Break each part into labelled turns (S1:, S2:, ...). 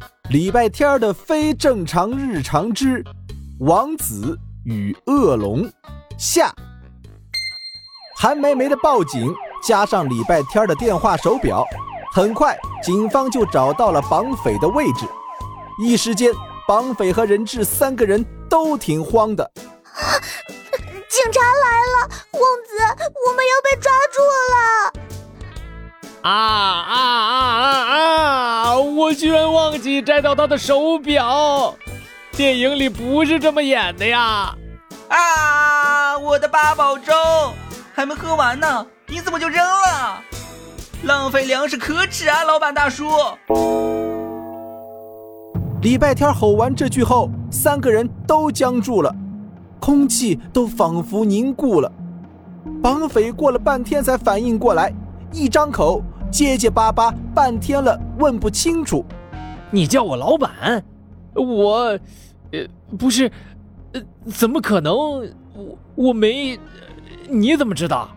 S1: 礼拜天的非正常日常之王子与恶龙下。韩梅梅的报警加上礼拜天的电话手表，很快警方就找到了绑匪的位置。一时间绑匪和人质3个人都挺慌的。
S2: 警察来了，王子，我们要被抓住了！
S3: 我居然忘记摘到他的手表，电影里不是这么演的呀！
S4: 我的八宝粥还没喝完呢，你怎么就扔了？浪费粮食可耻啊，老板大叔！
S1: 礼拜天吼完这句后，3个人都僵住了，空气都仿佛凝固了。绑匪过了半天才反应过来，一张口结结巴巴半天了，问不清楚。
S3: 你叫我老板？我不是，怎么可能？我没，你怎么知道？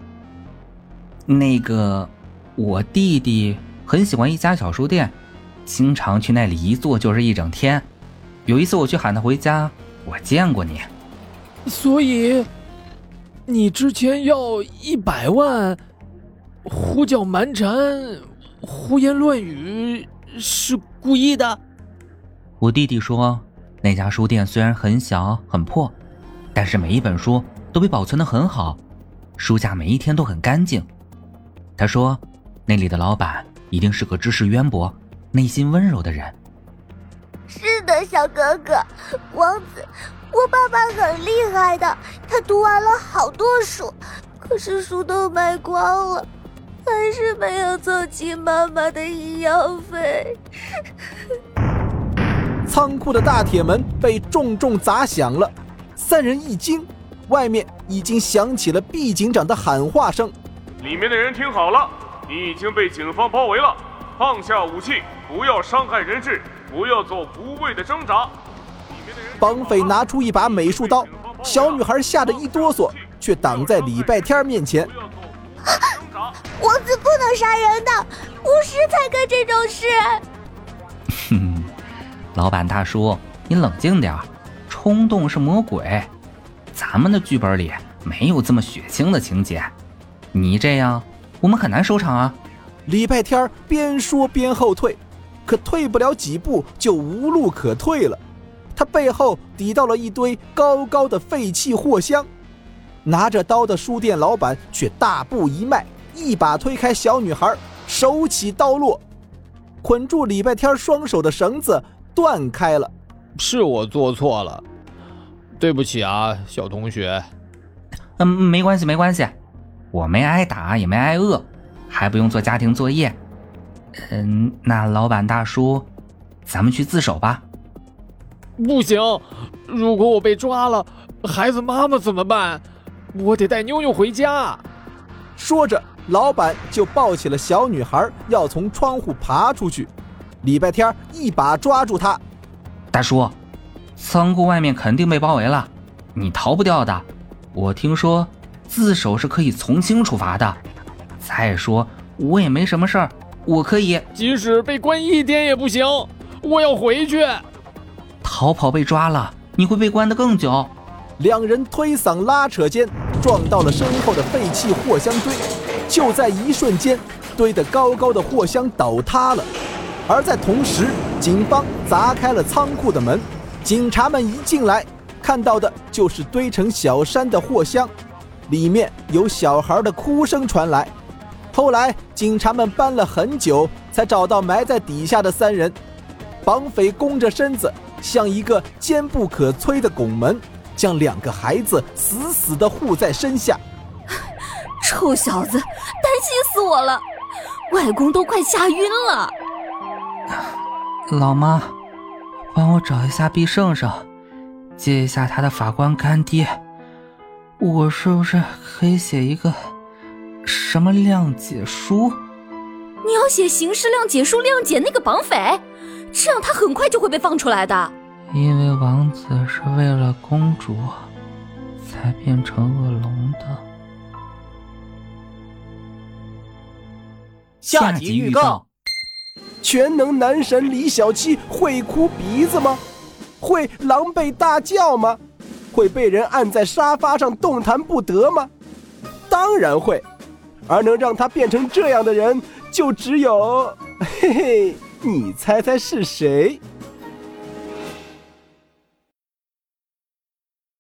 S5: 那个，我弟弟很喜欢一家小书店，经常去那里一坐就是一整天。有一次我去喊他回家，我见过你。
S3: 所以，你之前要100万，胡搅蛮缠，胡言乱语，是故意的？
S5: 我弟弟说，那家书店虽然很小很破，但是每一本书都被保存得很好，书架每一天都很干净。他说，那里的老板一定是个知识渊博、内心温柔的人。
S2: 是的，小哥哥，王子，我爸爸很厉害的，他读完了好多书，可是书都卖光了，还是没有凑齐妈妈的医药费。
S1: 仓库的大铁门被重重砸响了，3人一惊，外面已经响起了毕警长的喊话声：
S6: 里面的人听好了，你已经被警方包围了，放下武器，不要伤害人质，不要做无谓的挣扎。
S1: 绑匪拿出一把美术刀，小女孩吓得一哆嗦，却挡在礼拜天面前。
S2: 王子不能杀人的，巫师才干这种事。
S5: 老板大叔，你冷静点，冲动是魔鬼，咱们的剧本里没有这么血腥的情节，你这样我们很难收场啊。
S1: 礼拜天边说边后退，可退不了几步就无路可退了。他背后抵到了一堆高高的废弃货箱，拿着刀的书店老板却大步一迈，一把推开小女孩，手起刀落，捆住礼拜天双手的绳子断开了。
S3: 是我做错了，对不起啊，小同学。
S5: 没关系没关系，我没挨打也没挨饿，还不用做家庭作业。那老板大叔，咱们去自首吧。
S3: 不行，如果我被抓了，孩子妈妈怎么办？我得带妞妞回家。
S1: 说着，老板就抱起了小女孩，要从窗户爬出去。礼拜天一把抓住他：
S5: 大叔，仓库外面肯定被包围了，你逃不掉的。我听说自首是可以从轻处罚的，再说我也没什么事儿，我可以。
S3: 即使被关1天也不行，我要回去。
S5: 逃跑被抓了，你会被关得更久。
S1: 2人推搡拉扯间撞到了身后的废弃货箱堆，就在一瞬间，堆得高高的货箱倒塌了。而在同时，警方砸开了仓库的门，警察们一进来，看到的就是堆成小山的货箱，里面有小孩的哭声传来。后来警察们搬了很久，才找到埋在底下的3人。绑匪弓着身子，像一个坚不可摧的拱门，将2个孩子死死地护在身下。
S2: 臭小子，担心死我了，外公都快吓晕了。
S5: 老妈，帮我找一下毕圣圣，接一下他的法官干爹。我是不是可以写一个什么谅解书？
S2: 你要写刑事谅解书谅解那个绑匪，这样他很快就会被放出来的。
S5: 因为王子是为了公主才变成恶龙的。
S4: 下集预告。
S1: 全能男神李小七会哭鼻子吗？会狼狈大叫吗？会被人按在沙发上动弹不得吗？当然会。而能让他变成这样的人，就只有，嘿嘿，你猜猜是谁？